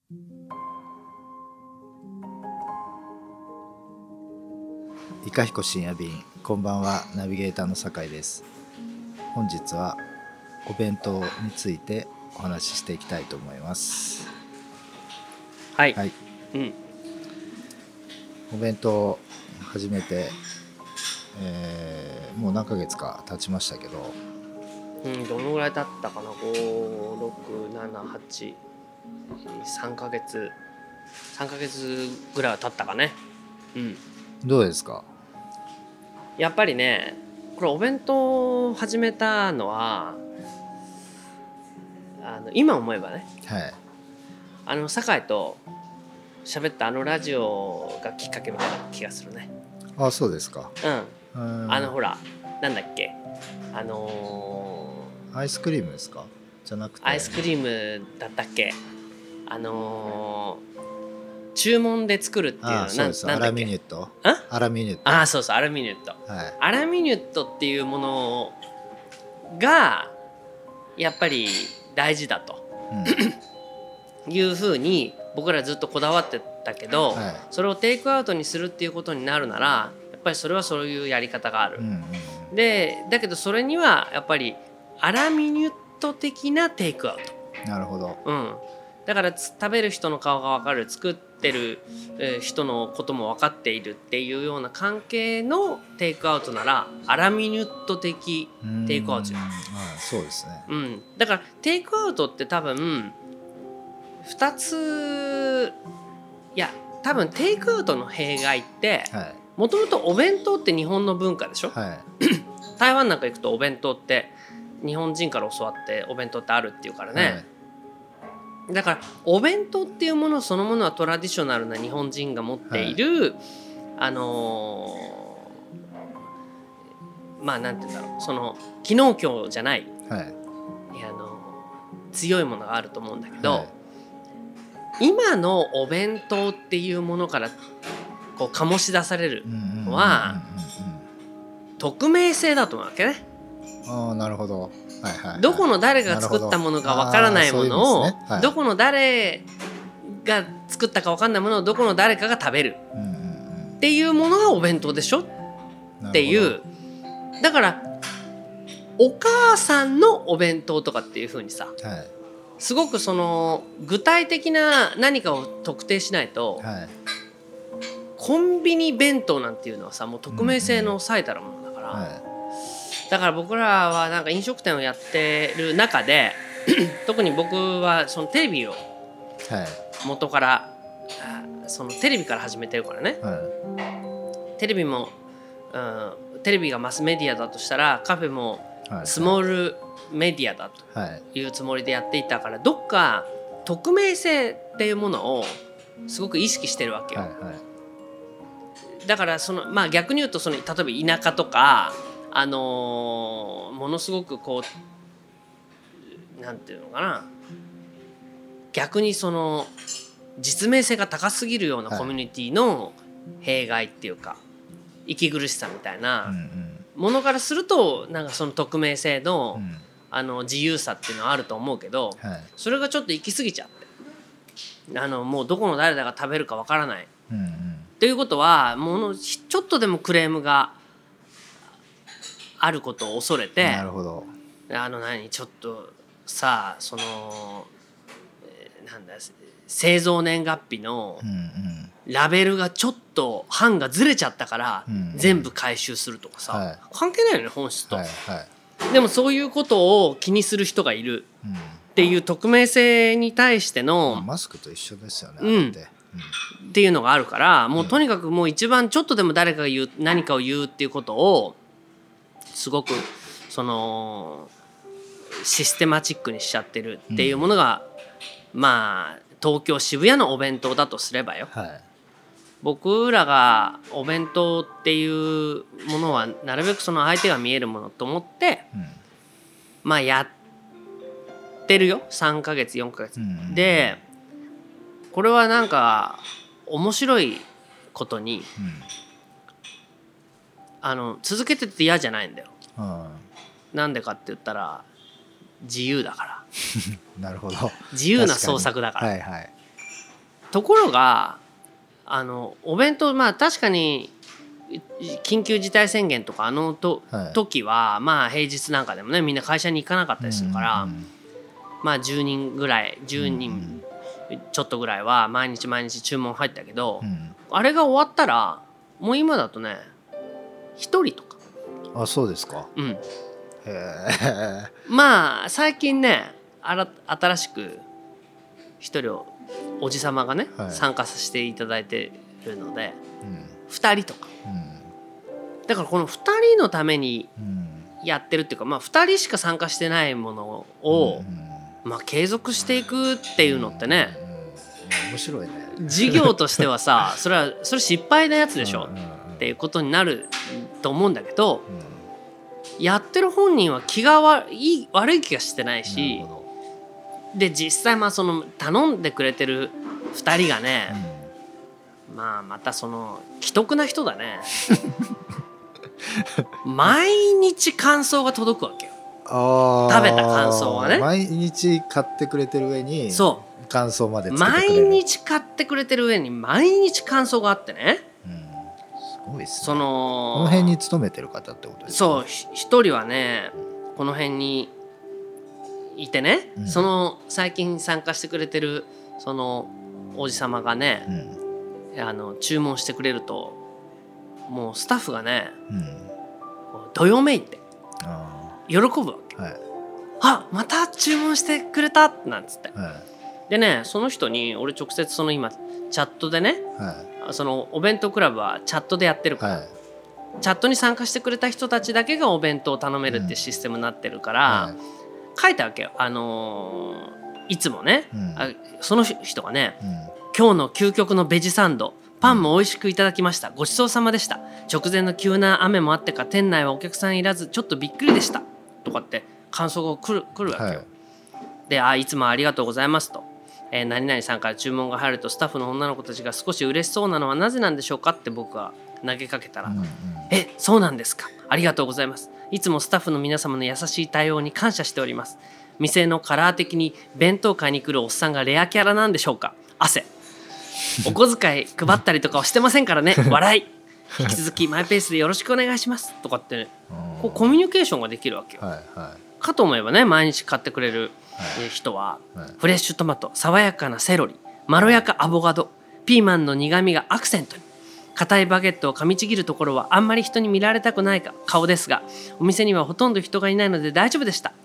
いかひこ深夜便、こんばんは。ナビゲーターの酒井です。本日はお弁当についてお話ししていきたいと思います。 はい、 はい、お弁当始めて、もう何ヶ月か経ちましたけど、 どのぐらい経ったかな。5、6、7、8、3ヶ月ぐらいは経ったかね。 どうですか？ やっぱりね、これお弁当を始めたのは今思えばね、 はい、 酒井と喋ったラジオがきっかけみたいな気がするね。 あ、そうですか。 ほら、なんだっけ、 アイスクリームですか？じゃなくてアイスクリームだったっけ。注文で作るっていうの。 そうです。アラミニュット。アラミニュット。 そうそう、アラミニュット、 はい、 アラミニュットっていうものがやっぱり大事だと、いうふうに僕らずっとこだわってたけど、それをテイクアウトにするっていうことになるなら、やっぱりそれはそういうやり方がある、でだけどそれにはやっぱりアラミニュット的なテイクアウト。 なるほど。 だから食べる人の顔が分かる、作ってる人のことも分かっているっていうような関係のテイクアウトならアラミニュット的テイクアウトじゃん。 そうですね。 だからテイクアウトって多分2つ、いや多分テイクアウトの弊害ってもともとお弁当って日本の文化でしょ、台湾なんか行くとお弁当って日本人から教わってお弁当ってあるっていうからね、だからお弁当っていうものそのものはトラディショナルな日本人が持っている、まあなんて言うんだろう、その機能強じゃない、強いものがあると思うんだけど、今のお弁当っていうものからこう醸し出されるのは匿名性だと思うわけね。 なるほど。 どこの誰が作ったものかわからないものを、どこの誰が作ったかわからないものをどこの誰かが食べるっていうものがお弁当でしょっていう。だからお母さんのお弁当とかっていう風にさ、すごくその具体的な何かを特定しないと、コンビニ弁当なんていうのはさ、もう匿名性の最たるものだから、だから僕らはなんか飲食店をやってる中で特に僕はそのテレビを元から、そのテレビから始めてるからね、テレビも、テレビがマスメディアだとしたらカフェもスモールメディアだというつもりでやっていたから、どっか匿名性っていうものをすごく意識してるわけよ、だからその、逆に言うとその例えば田舎とかものすごくこうなんていうのかな、逆にその実名性が高すぎるようなコミュニティの弊害っていうか、息苦しさみたいなものからすると、なんかその匿名性の自由さっていうのはあると思うけど、それがちょっと行き過ぎちゃって、もうどこの誰だが食べるかわからない、ということはちょっとでもクレームがあることを恐れて、ちょっとさ、そのなんだ、製造年月日のラベルがちょっと版がずれちゃったから全部回収するとかさ、関係ないよね本質と、でもそういうことを気にする人がいるっていう匿名性に対しての、 マスクと一緒ですよね、 っていうのがあるから、もうとにかくもう一番ちょっとでも誰かが言う何かを言うっていうことをすごくそのシステマチックにしちゃってるっていうものが、東京渋谷のお弁当だとすればよ、僕らがお弁当っていうものはなるべくその相手が見えるものと思って、やってるよ、3ヶ月4ヶ月、でこれはなんか面白いことに、続けてて嫌じゃないんだよ。なんでかって言ったら自由だからなるほど、 自由な創作だから、 ところがお弁当確かに緊急事態宣言とか時は平日なんかでもねみんな会社に行かなかったりするから、10人ぐらい10人ちょっとぐらいは毎日注文入ったけど、あれが終わったらもう今だとね1人とか。 あ、そうですか。 へえ。 最近ね新しく1人おじさまがね、参加させていただいてるので、2人とか、だからこの2人のためにやってるっていうか、2人しか参加してないものを、継続していくっていうのってね、 面白いね。 事業としてはさそれ失敗なやつでしょっていうことになると思うんだけど、やってる本人は悪い気がしてないし、で実際その頼んでくれてる2人がね、またその奇特な人だね毎日感想が届くわけよ。食べた感想がね、 毎日買ってくれてる上に感想までつけてくれる。 毎日買ってくれてる上に毎日感想があってね、 すごいですね。この辺に勤めてる方ってことですか？ そう、一人はねこの辺にいてね、その最近参加してくれてるそのおじさまがね、注文してくれるともうスタッフがね、どよめいて喜ぶわけ、あ、また注文してくれたなんつって、でねその人に俺直接その今チャットでね、そのお弁当クラブはチャットでやってるから、チャットに参加してくれた人たちだけがお弁当を頼めるってシステムになってるから、書いたわけよ。いつもね、その人がね、今日の究極のベジサンドパンも美味しくいただきました、ごちそうさまでした、直前の急な雨もあってか店内はお客さんいらずちょっとびっくりでしたとかって感想が来るわけよ、でいつもありがとうございますと、何々さんから注文が入るとスタッフの女の子たちが少し嬉しそうなのはなぜなんでしょうかって僕は投げかけたら、そうなんですか、ありがとうございます、いつもスタッフの皆様の優しい対応に感謝しております、店のカラー的に弁当買いに来るおっさんがレアキャラなんでしょうか、汗お小遣い配ったりとかはしてませんからね笑い、引き続きマイペースでよろしくお願いしますとかって、ね、こうコミュニケーションができるわけよ、かと思えばね毎日買ってくれる人は、フレッシュトマト、爽やかなセロリ、まろやかアボカド、ピーマンの苦みがアクセントに、硬いバゲットを噛みちぎるところはあんまり人に見られたくない顔ですが、お店にはほとんど人がいないので大丈夫でしたって、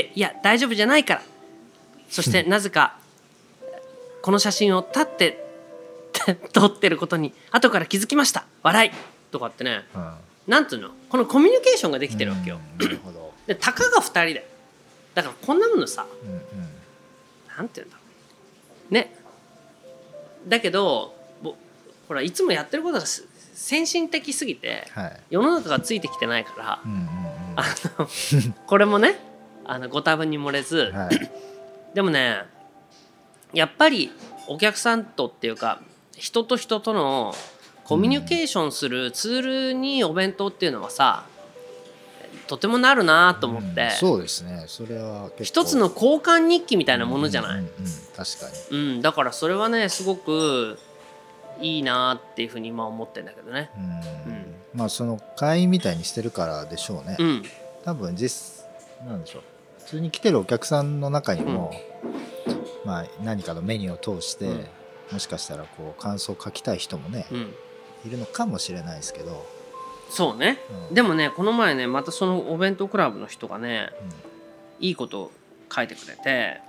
いや大丈夫じゃないから、そしてなぜかこの写真を立って撮ってることに後から気づきました笑いとかってね、なんていうの、このコミュニケーションができてるわけよ、でたかが2人でだからこんなものさ、なんていうんだろうね、だけどほらいつもやってることが先進的すぎて、世の中がついてきてないから、これもねご多分に漏れず、でもねやっぱりお客さんとっていうか人と人とのコミュニケーションするツールにお弁当っていうのはさとてもなるなと思って、 そうですね、それは結構一つの交換日記みたいなものじゃない、 確かに、 だからそれはねすごくいいなっていうふうに今思ってんだけどね、 その会員みたいにしてるからでしょうね、多分なんでしょう、普通に来てるお客さんの中にも、何かのメニューを通して、もしかしたらこう感想を書きたい人もね、いるのかもしれないですけど、 そうね、でもねこの前ねまたそのお弁当クラブの人がね、いいこと書いてくれて、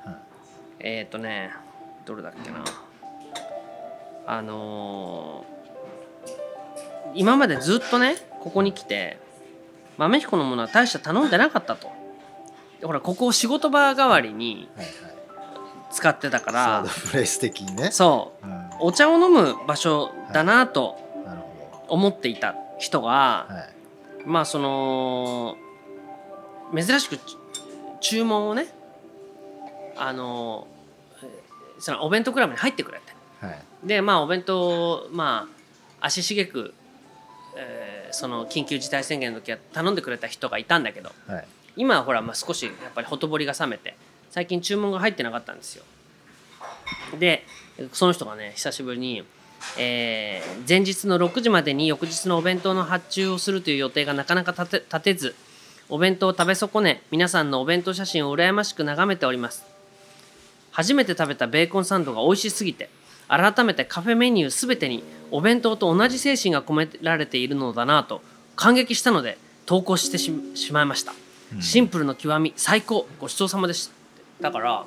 どれだっけな、今までずっとねここに来て豆彦のものは大した頼んでなかったと、ほらここを仕事場代わりに使ってたから、 プレイス的にね、 そう、お茶を飲む場所だなと思っていた人が、その珍しく注文をねそのお弁当クラブに入ってくれて、でお弁当を足しげく、その緊急事態宣言の時は頼んでくれた人がいたんだけど、今はほら少しやっぱりほとぼりが冷めて最近注文が入ってなかったんですよ。 でその人がね久しぶりに、前日の6時までに翌日のお弁当の発注をするという予定がなかなか立てず、お弁当を食べ損ね、皆さんのお弁当写真を羨ましく眺めております。初めて食べたベーコンサンドが美味しすぎて、改めてカフェメニューすべてにお弁当と同じ精神が込められているのだなと感激したので投稿して しまいました、シンプルの極み最高、ごちそうさまでした。だから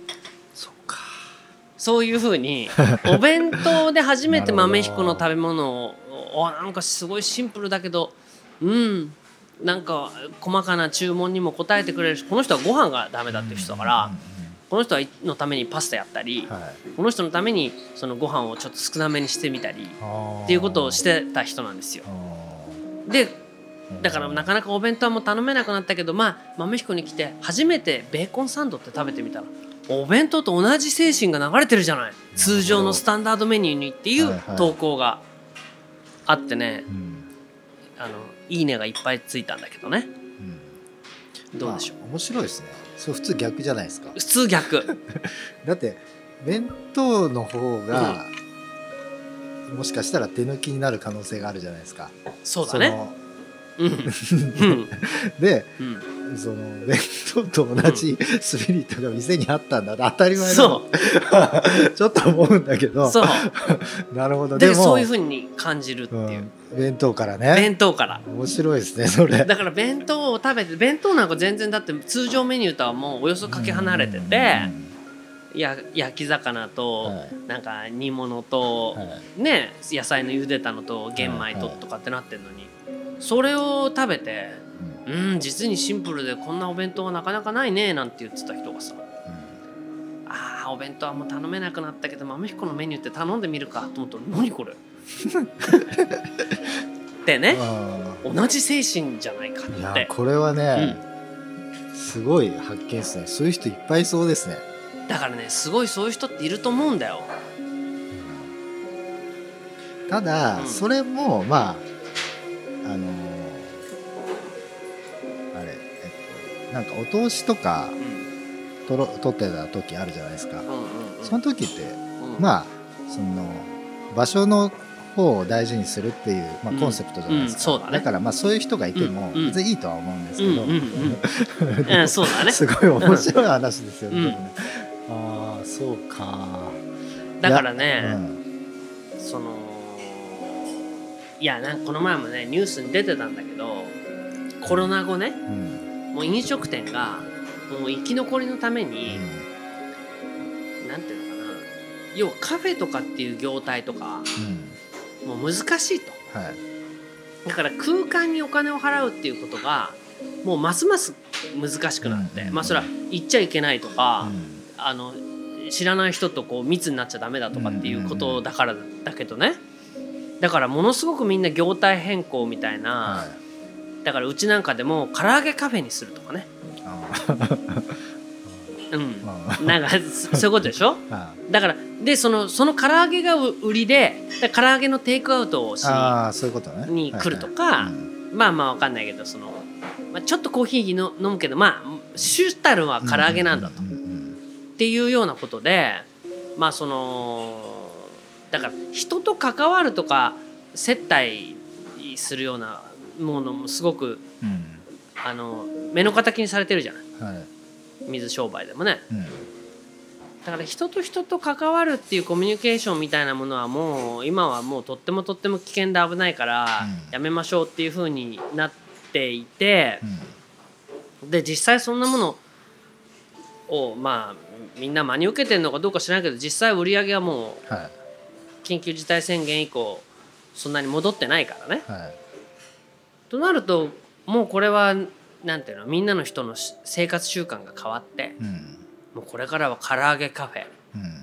そういう風にお弁当で初めて豆彦の食べ物をなんかすごいシンプルだけどなんか細かな注文にも応えてくれるし、この人はご飯がダメだっていう人だから、この人のためにパスタやったり、この人のためにそのご飯をちょっと少なめにしてみたりっていうことをしてた人なんですよ。でだからなかなかお弁当も頼めなくなったけど、豆彦に来て初めてベーコンサンドって食べてみたらお弁当と同じ精神が流れてるじゃない、通常のスタンダードメニューにっていう投稿があってね、いいねがいっぱいついたんだけどね、どうでしょう。 面白いですね。それ普通逆じゃないですか。 普通逆だって弁当の方が、もしかしたら手抜きになる可能性があるじゃないですか。 そうだね。 で、その弁当と同じスピリットが店にあったんだ、当たり前だちょっと思うんだけど、なるほど。 でもそういう風に感じるっていう、 弁当からね。 弁当から面白いですねそれ。 だから弁当を食べて、弁当なんか全然だって通常メニューとはもうおよそかけ離れてて、焼き魚となんか煮物とね、野菜の茹でたのと玄米ととかってなってんのに、それを食べて実にシンプルでこんなお弁当はなかなかないねなんて言ってた人がさ、お弁当はもう頼めなくなったけど豆彦のメニューって頼んでみるかと思ったら、何これってね、同じ精神じゃないかって。いやこれはね、すごい発見ですね。そういう人いっぱいいそうですね。 だからね、すごいそういう人っていると思うんだよ。 ただ、それもなんかお通しとか取ってた時あるじゃないですか。その時って、その場所の方を大事にするっていう、コンセプトじゃないですか。だからそういう人がいても別にいいとは思うんですけど、 そうだね。 すごい面白い話ですよね。そうか。 だからね、そのなんかこの前もねニュースに出てたんだけど、コロナ後ね、もう飲食店がもう生き残りのために、なんていうのかな、要はカフェとかっていう業態とか、もう難しいと、だから空間にお金を払うっていうことがもうますます難しくなって、それは行っちゃいけないとか、知らない人とこう密になっちゃダメだとかっていうことだからだけどね、だからものすごくみんな業態変更みたいな、だからうちなんかでも唐揚げカフェにするとかね、なんかそういうことでしょ。だからでその唐揚げが売りで、唐揚げのテイクアウトをしに来るとか、わかんないけど、そのちょっとコーヒー飲むけど主たるは唐揚げなんだと、っていうようなことで、そのだから人と関わるとか接待するようなものもすごく、目の敵にされてるじゃない、水商売でもね、だから人と人と関わるっていうコミュニケーションみたいなものはもう今はもうとっても危険で危ないからやめましょうっていう風になっていて、で実際そんなものをみんな真に受けてるのかどうか知らないけど、実際売り上げはもう緊急事態宣言以降そんなに戻ってないからね、となるともうこれはなんていうの、みんなの人の生活習慣が変わって、もうこれからは唐揚げカフェ、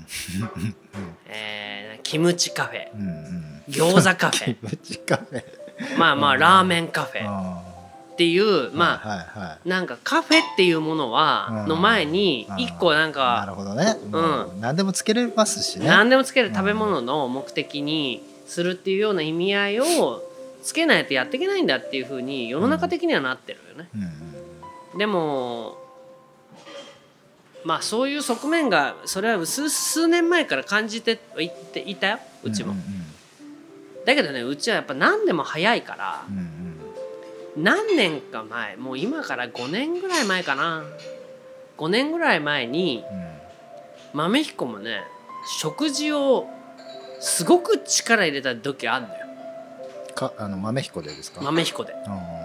キムチカフェ、餃子カフェ、キムチカフェ、ラーメンカフェっていうなんかカフェっていうものはの前に一個なんか、 なるほどね、何でもつけれますしね、 何でもつける食べ物の目的にするっていうような意味合いをつけないとやっていけないんだっていう風に世の中的にはなってるよね。でもまあそういう側面がそれは数年前から感じていたようちも、だけどねうちはやっぱ何でも早いから、何年か前もう今から5年ぐらい前かな5年ぐらい前に、豆彦もね食事をすごく力入れた時あるんだよ。 豆彦でですか？ 豆彦で、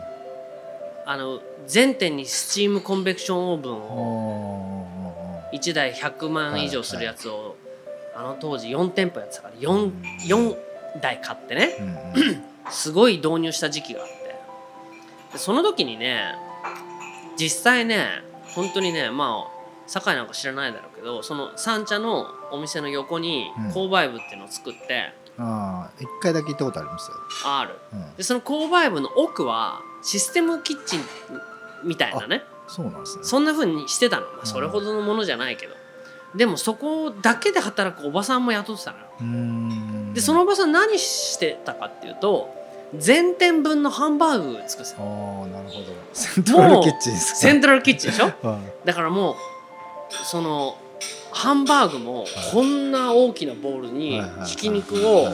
全店にスチームコンベクションオーブンを1台100万以上するやつを、当時4店舗やってたから 4台買ってね、すごい導入した時期があって、でその時にね実際ね本当にねまあ堺なんか知らないだろうけどその三茶のお店の横に購買部っていうのを作って、 1回だけ行ったことありますよ。 ある、でその購買部の奥はシステムキッチンみたいなね、 そうなんですね。 そんな風にしてたの、それほどのものじゃないけど、でもそこだけで働くおばさんも雇ってたのよ。でそのおばさん何してたかっていうと全店分のハンバーグ作ってた。 なるほど。セントラルキッチンですか？ セントラルキッチンでしょ、だからもうそのハンバーグもこんな大きなボウルにひき肉を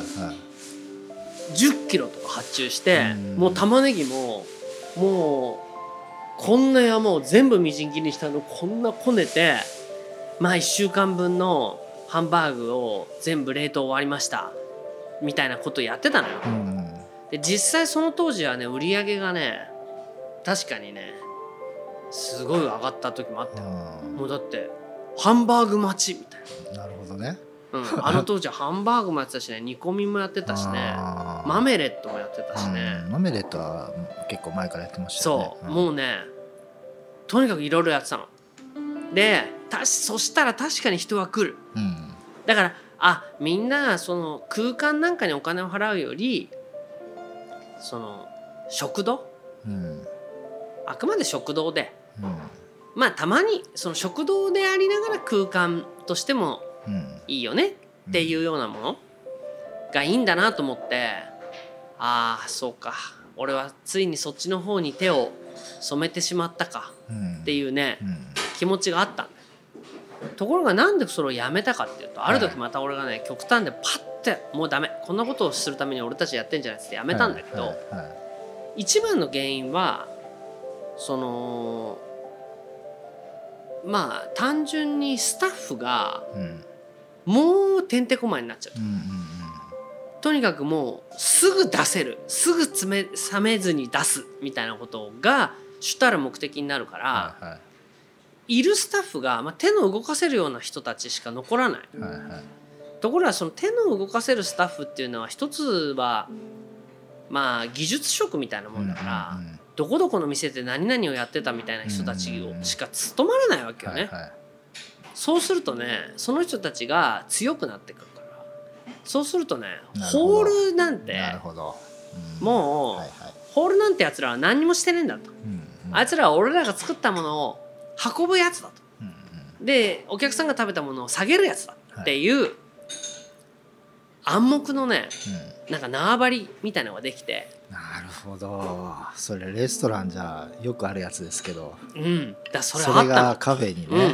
10キロとか発注して、もう玉ねぎももうこんな山を全部みじん切りにしたのこんなこねて、まあ1週間分のハンバーグを全部冷凍終わりましたみたいなことやってたのよ。で実際その当時はね売り上げがね確かにねすごい上がった時もあったよ。もうだってハンバーグ待ちみたいな。 なるほどね。 当時はハンバーグもやってたしね、煮込みもやってたしね、マメレットもやってたしね。 マメレットは結構前からやってましたよね。 そう、もうねとにかくいろいろやってたので、そしたら確かに人は来る、だからみんなその空間なんかにお金を払うよりその食堂、あくまで食堂で、まあたまにその食堂でありながら空間としてもいいよねっていうようなものがいいんだなと思って、そうか俺はついにそっちの方に手を染めてしまったかっていうね、気持ちがあったんだよ。ところがなんでそれをやめたかっていうと、ある時また俺がね極端でパッてもうダメこんなことをするために俺たちやってんじゃないってやめたんだけど、一番の原因はそのまあ単純にスタッフがもうてんてこまいになっちゃう、とにかくもうすぐ出せる、すぐ冷めずに出すみたいなことが主たる目的になるから、いるスタッフが、手の動かせるような人たちしか残らない、ところがその手の動かせるスタッフっていうのは一つはまあ技術職みたいなもんだから、どこどこの店で何々をやってたみたいな人たちしか務まらないわけよね、そうするとねその人たちが強くなってくるから、そうするとねホールなんてもうホールなんてやつらは何にもしてねえんだと、あいつらは俺らが作ったものを運ぶやつだと、でお客さんが食べたものを下げるやつだっていう暗黙のね、なんか縄張りみたいなのができて。 なるほど、それレストランじゃよくあるやつですけど、 それがカフェにね、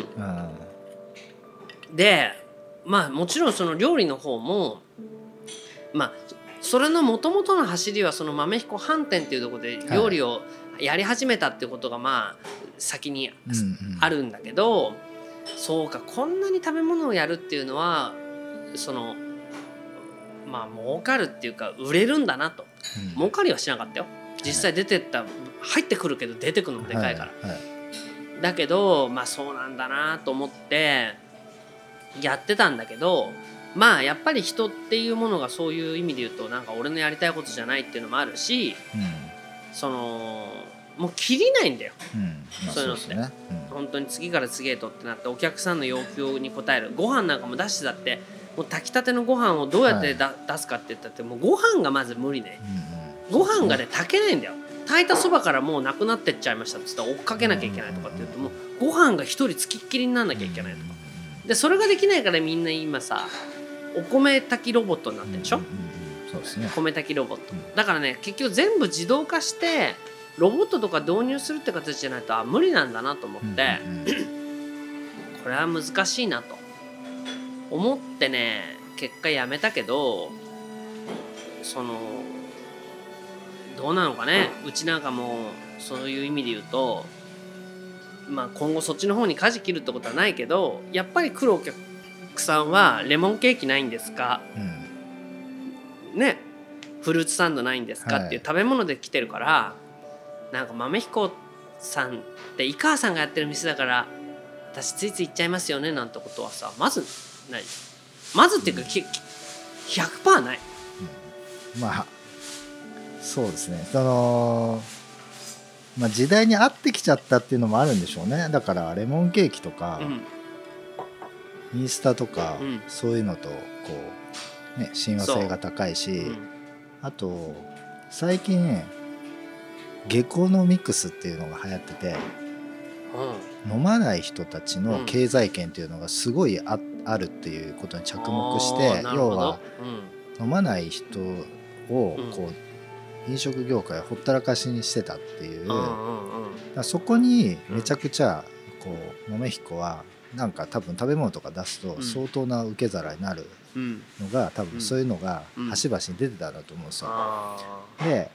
でまあもちろんその料理の方もまあそれの元々の走りはその豆彦飯店っていうところで料理をやり始めたっていうことがまあ先にあるんだけど、そうかこんなに食べ物をやるっていうのはそのまあ儲かるっていうか売れるんだなと、儲かりはしなかったよ実際。出てった入ってくるけど出てくるのもでかいから、だけどまあそうなんだなと思ってやってたんだけど、まあやっぱり人っていうものがそういう意味で言うとなんか俺のやりたいことじゃないっていうのもあるし、そのもう切りないんだよ、そういうのって、本当に次から次へとってなってお客さんの要求に応える。ご飯なんかも出してだってもう炊きたてのご飯をどうやって出すかって言ったってもうご飯がまず無理ね、ご飯がね炊けないんだよ。炊いたそばからもうなくなってっちゃいましたって言ったら追っかけなきゃいけないとかって言うともうご飯が一人つきっきりにならなきゃいけないとかで、それができないからみんな今さお米炊きロボットになってるでしょ、 そうですね、 米炊きロボットだからね結局全部自動化してロボットとか導入するって形じゃないと無理なんだなと思って、ここれは難しいなと思ってね、結果やめたけど、どうなのかね。うちなんかもそういう意味で言うと、今後そっちの方に舵切るってことはないけど、やっぱり来るお客さんはレモンケーキないんですか、ね、フルーツサンドないんですかっていう食べ物で来てるから、なんか豆彦さんって井川さんがやってる店だから私ついつい行っちゃいますよねなんてことはさ、まずない。まずっていうか、100% ない。 まあそうですね。時代に合ってきちゃったっていうのもあるんでしょうね。だからレモンケーキとか、インスタとか、そういうのと親和性が高いし、あと最近ゲコノミクスっていうのが流行ってて、飲まない人たちの経済圏っていうのがすごい あるっていうことに着目して、要は飲まない人を飲食業界をほったらかしにしてたっていう、そこにめちゃくちゃ豆彦はなんか多分食べ物とか出すと相当な受け皿になるのが、多分そういうのが端々に出てたんだと思うんですよ。で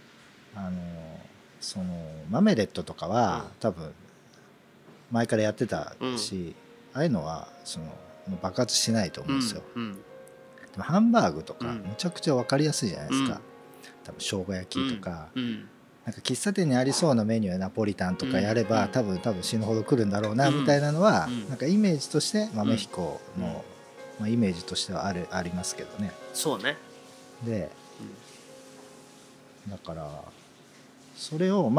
マメレットとかは多分前からやってたし、ああいうのは爆発しないと思うんですよ。でもハンバーグとかむちゃくちゃ分かりやすいじゃないですか。多分生姜焼きとか、なんか喫茶店にありそうなメニューナポリタンとかやれば、多分死ぬほど来るんだろうなみたいなのは、なんかイメージとして豆彦の、イメージとしてはありますけどね。 そうね。 で、だからそれを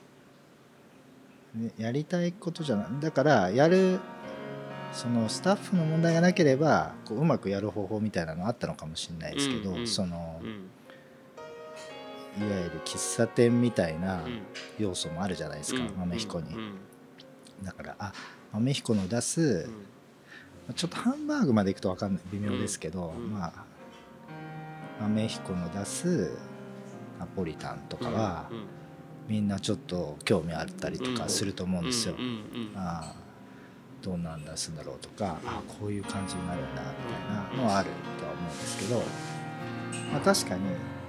やりたいことじゃない。だからやるスタッフの問題がなければうまくやる方法みたいなのあったのかもしれないですけど、いわゆる喫茶店みたいな要素もあるじゃないですか、豆彦に。だから豆彦の出す、ちょっとハンバーグまでいくと分かんない、微妙ですけど、豆彦の出すナポリタンとかは、みんなちょっと興味あったりとかすると思うんですよ。どんなん出すんだろうとか、こういう感じになるんだみたいなのはあるとは思うんですけど、確かに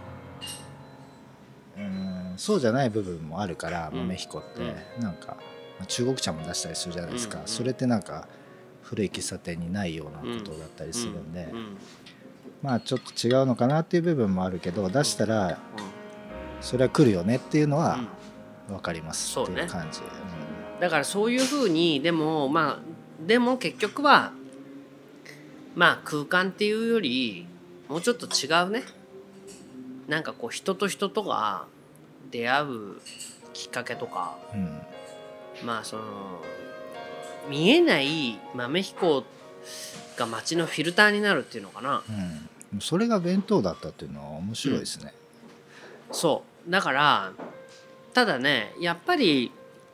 そうじゃない部分もあるから、豆彦ってなんか中国茶も出したりするじゃないですか。それってなんか古い喫茶店にないようなことだったりするんで、ちょっと違うのかなっていう部分もあるけど、出したらそれは来るよねっていうのは分かりますっていう感じ。 だからそういうふうに、でも結局は空間っていうよりもうちょっと違うね。なんか人と人とが出会うきっかけとか、見えない豆彦が街のフィルターになるっていうのかな。 それが弁当だったっていうのは面白いですね。 そうだから、ただね、やっぱり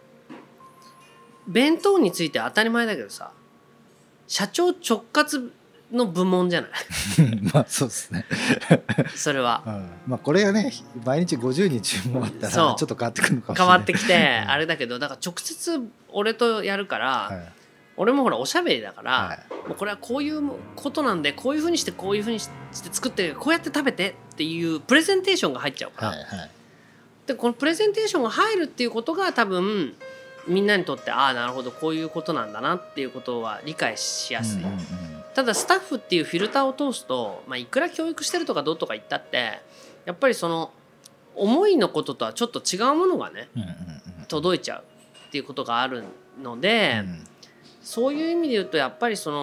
弁当について当たり前だけどさ、社長直轄の部門じゃないそうですねそれは、 これがね毎日50人注文あったらちょっと変わってくるのかもしれない。 変わってきてあれだけど、だから直接俺とやるから、俺もほらおしゃべりだから、もうこれはこういうことなんで、こういうふうにしてこういうふうにして作って、こうやって食べてっていうプレゼンテーションが入っちゃうから、でこのプレゼンテーションが入るっていうことが多分みんなにとって、なるほどこういうことなんだなっていうことは理解しやすい。ただスタッフっていうフィルターを通すと、いくら教育してるとかどうとか言ったって、やっぱりその思いのこととはちょっと違うものがね、届いちゃうっていうことがあるので、そういう意味で言うとやっぱりカ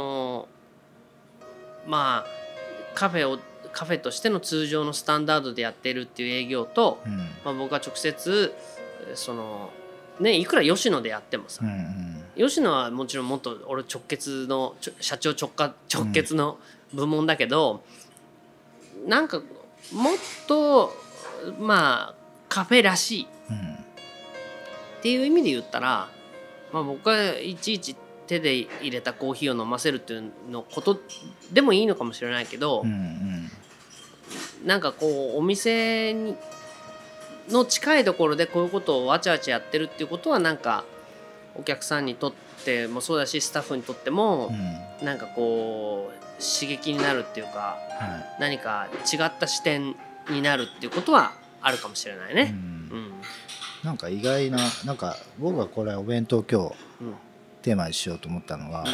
フェとしての通常のスタンダードでやってるっていう営業と、僕が直接いくら吉野でやってもさ、吉野はもちろんもっと俺直結の社長直結の部門だけど、なんかもっとカフェらしいっていう意味で言ったら、僕はいちいち手で入れたコーヒーを飲ませるっていうのことでもいいのかもしれないけど、なんかお店の近いところでこういうことをわちゃわちゃやってるっていうことは、なんかお客さんにとっってもそうだしスタッフにとっても、なんかこう刺激になるっていうか、何か違った視点になるっていうことはあるかもしれないね。 なんか意外な、なんか僕がこれお弁当今日テーマにしようと思ったのは、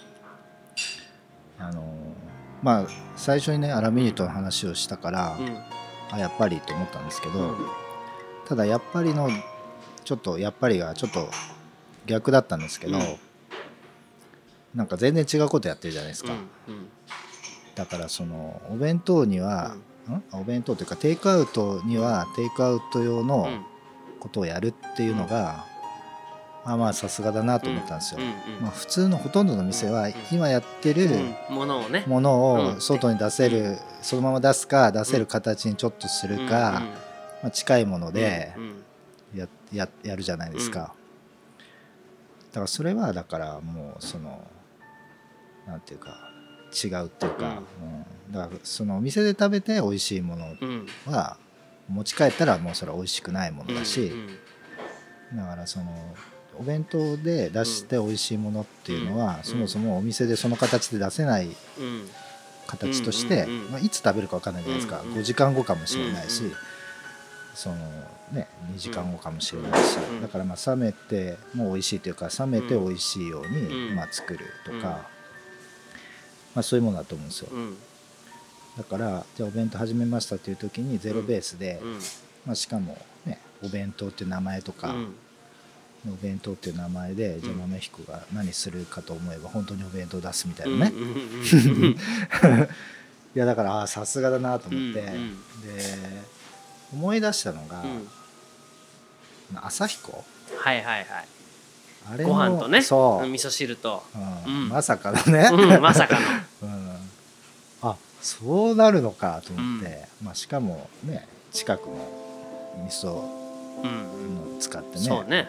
まあ最初にねアラミニットの話をしたから、やっぱりと思ったんですけど、ただやっぱりのちょっとやっぱりがちょっと逆だったんですけど、なんか全然違うことやってるじゃないですか。だからそのお弁当には、お弁当というかテイクアウトにはテイクアウト用のことをやるっていうのが、まあさすがだなと思ったんですよ。まあ、普通のほとんどの店は今やってるものを外に出せる、そのまま出すか出せる形にちょっとするか、まあ、近いものでやるじゃないですか。だからそれはだからもうそのなんていうか違うっていうか、だからそのお店で食べて美味しいものは持ち帰ったらもうそれは美味しくないものだし、だからそのお弁当で出して美味しいものっていうのは、そもそもお店でその形で出せない形として、まあ、いつ食べるか分かんないじゃないですか。5時間後かもしれないし、そのね2時間後かもしれないし、だからまあ冷めても美味しいというか冷めて美味しいようにまあ作るとか、まあそういうものだと思うんですよ。だからじゃあお弁当始めましたっていう時にゼロベースで、まあしかもねお弁当っていう名前とか、お弁当っていう名前でじゃあ豆彦が何するかと思えば本当にお弁当出すみたいなね。いやだからさすがだなと思って、で思い出したのが、朝彦、あれご飯とね、味噌汁と、まさかのね、まさかの、 そうなるのかと思って、まあしかもね近くの味噌の使ってね、 そうね、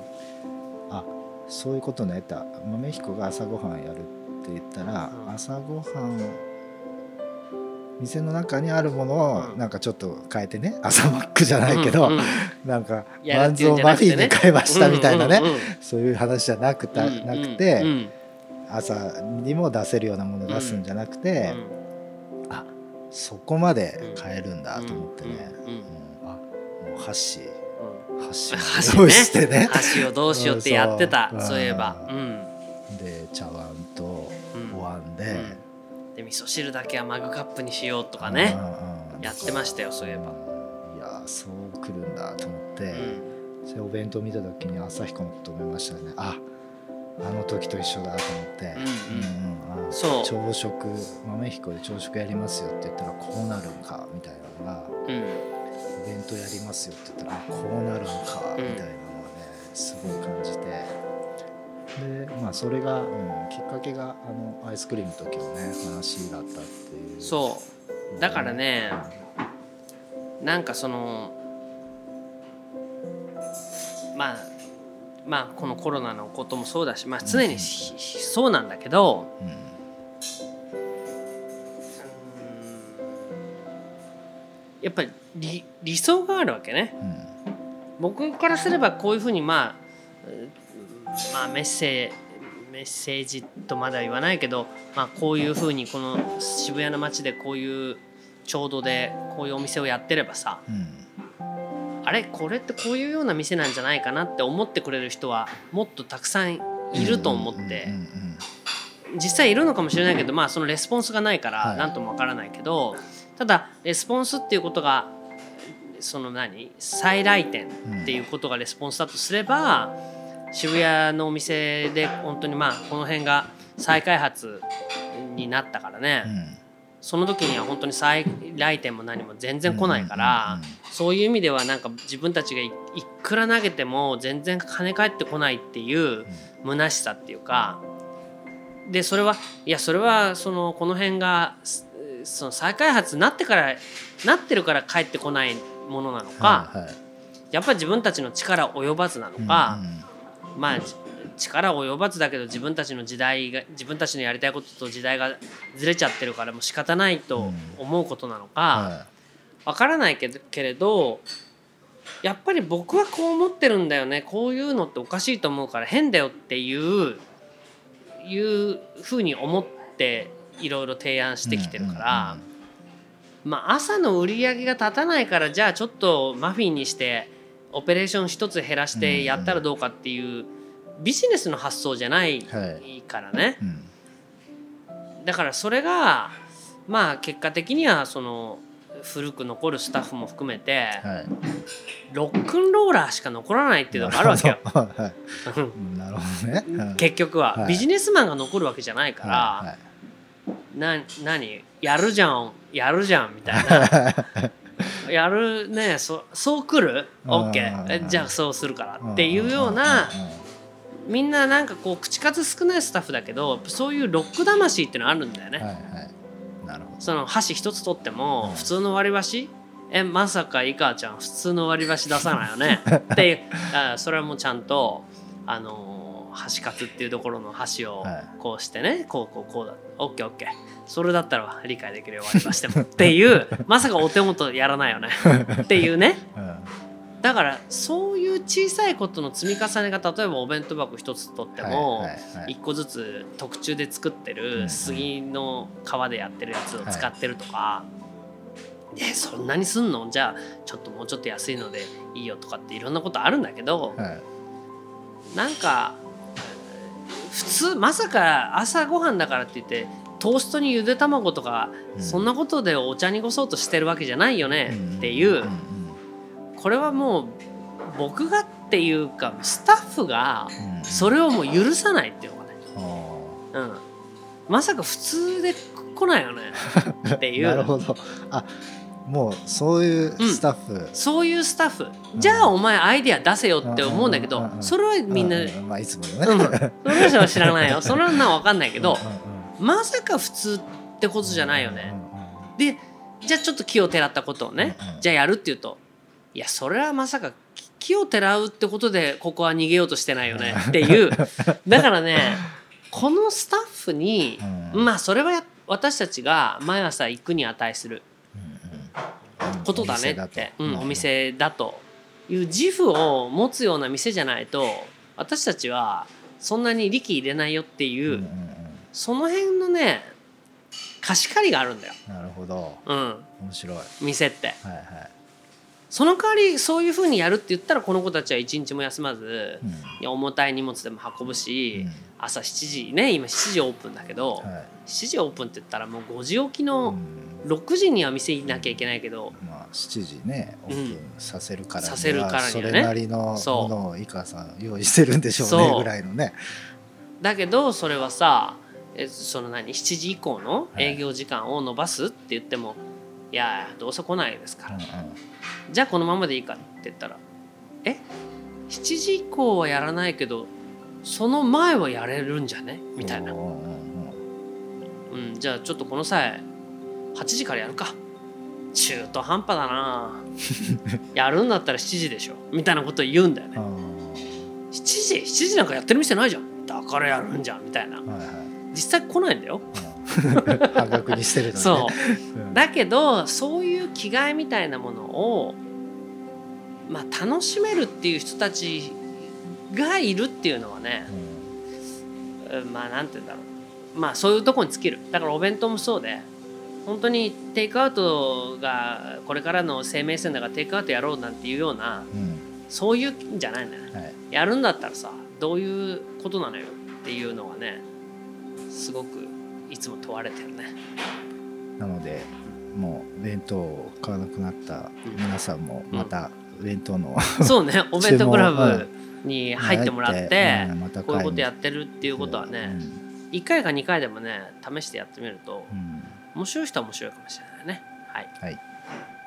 そういうことねって豆彦が朝ごはんやるって言ったら、朝ごはん店の中にあるものをなんかちょっと変えてね、朝マックじゃないけど、なんかマンズをマフィンに変えましたみたいなね、そういう話じゃなくて、朝にも出せるようなものを出すんじゃなくて、そこまで変えるんだと思ってね、もう箸をしてね、 箸をどうしようってやってた、そういえば。 で茶碗とお椀で味噌汁だけはマグカップにしようとかね、やってましたよ、そういえば。 いやそうくるんだと思って、それお弁当見た時に朝彦のこと思いましたね。あの時と一緒だと思って、朝食豆彦で朝食やりますよって言ったらこうなるんかみたいなのが、お弁当やりますよって言ったらこうなるんかみたいなのはねすごい感じて、でまあそれが、きっかけがアイスクリームの時のね話だったっていう。 そうだからね、なんかそのまあこのコロナのこともそうだし、まあ常にそうなんだけど、やっぱり理想があるわけね。僕からすればこういうふうにまあメッセージとまだ言わないけど、まあこういうふうにこの渋谷の街でこういうちょうどでこういうお店をやってればさ、あれこれってこういうような店なんじゃないかなって思ってくれる人はもっとたくさんいると思って、実際いるのかもしれないけど、まあそのレスポンスがないから何ともわからないけど、ただレスポンスっていうことがその再来店っていうことがレスポンスだとすれば、渋谷のお店で本当にまあこの辺が再開発になったからね、その時には本当に再来店も何も全然来ないから、そういう意味ではなんか自分たちがいくら投げても全然金返ってこないっていう虚しさっていうか、でそれはそのこの辺がその再開発になってるから返ってこないものなのか、やっぱり自分たちの力及ばずなのか、まあ力及ばずだけど自分たちのやりたいことと時代がずれちゃってるからもう仕方ないと思うことなのかわからないけれど、 やっぱり僕はこう思ってるんだよね、こういうのっておかしいと思うから変だよっていうふうに思っていろいろ提案してきてるから、まあ朝の売り上げが立たないからじゃあちょっとマフィンにしてオペレーション一つ減らしてやったらどうかっていうビジネスの発想じゃないからね、だからそれがまあ結果的にはその古く残るスタッフも含めて、ロックンローラーしか残らないっていうのがあるわけよ。 なるほどね。 結局はビジネスマンが残るわけじゃないから、何やるじゃんみたいなやるね、そう来る OK じゃあそうするからっていうような、みんななんかこう口数少ないスタッフだけどそういうロック魂ってのあるんだよね。その箸一つ取っても普通の割り箸、まさか井川ちゃん普通の割り箸出さないよねっていうそれはもうちゃんと箸カツっていうところの箸をこうしてね、こうだ OKOK それだったら理解できるよ割り箸でもっていうまさかお手元やらないよねっていうね。だからそういう小さいことの積み重ねが、例えばお弁当箱一つ取っても一個ずつ特注で作ってる杉の皮でやってるやつを使ってるとか、そんなにすんの、じゃあちょっともうちょっと安いのでいいよとかっていろんなことあるんだけど、なんか普通まさか朝ごはんだからって言ってトーストにゆで卵とかそんなことでお茶にごそうとしてるわけじゃないよねっていう、これはもう僕がっていうかスタッフがそれをもう許さないっていうのがね、まさか普通で来ないよねっていうなるほど。もうそういうスタッフ、 そういうスタッフ、じゃあお前アイディア出せよって思うんだけど、それはみんな、 まあいつものね、 その人は知らないよ、それは分かんないけど、まさか普通ってことじゃないよね。でじゃあちょっと木をてらったことをね、じゃあやるっていうと、いやそれはまさか木をてらうってことでここは逃げようとしてないよねっていうだからね、このスタッフに、まあそれは私たちが毎朝行くに値することだねって、お店だという自負を持つような店じゃないと私たちはそんなに力入れないよっていう、その辺のね貸し借りがあるんだよ。 なるほど、面白い店って、その代わりそういう風にやるって言ったらこの子たちは一日も休まず、重たい荷物でも運ぶし、朝7時ね、今7時オープンだけど、7時オープンって言ったらもう5時起きの6時には店いなきゃいけないけど、 7時ねオープンさせるからにはそれなりのものを井川さん用意してるんでしょうねぐらいのね。 だけどそれはさ、その7時以降の営業時間を延ばすって言っても、いやどうせ来ないですから、じゃあこのままでいいかって言ったら、7時以降はやらないけどその前はやれるんじゃねみたいな、じゃあちょっとこの際8時からやるか、中途半端だなやるんだったら7時でしょみたいなことを言うんだよね。7時なんかやってる店ないじゃん、だからやるんじゃんみたいな、実際来ないんだよ半額にしてるのね。 そうだけどそういう気概みたいなものを、楽しめるっていう人たちがいるっていうのはね、なんて言うんだろう、そういうとこに尽きる。だからお弁当もそうで、本当にテイクアウトがこれからの生命線だからテイクアウトやろうなんていうような、そういうんじゃないんだよね、やるんだったらさどういうことなのよっていうのがね、すごくいつも問われてるね。 なのでもう弁当を買わなくなった皆さんもまた弁当の、 そうね、お弁当クラブに入ってもらって、こういうことやってるっていうことはね、1回か2回でもね試してやってみると、面白い人は面白いかもしれないね。はい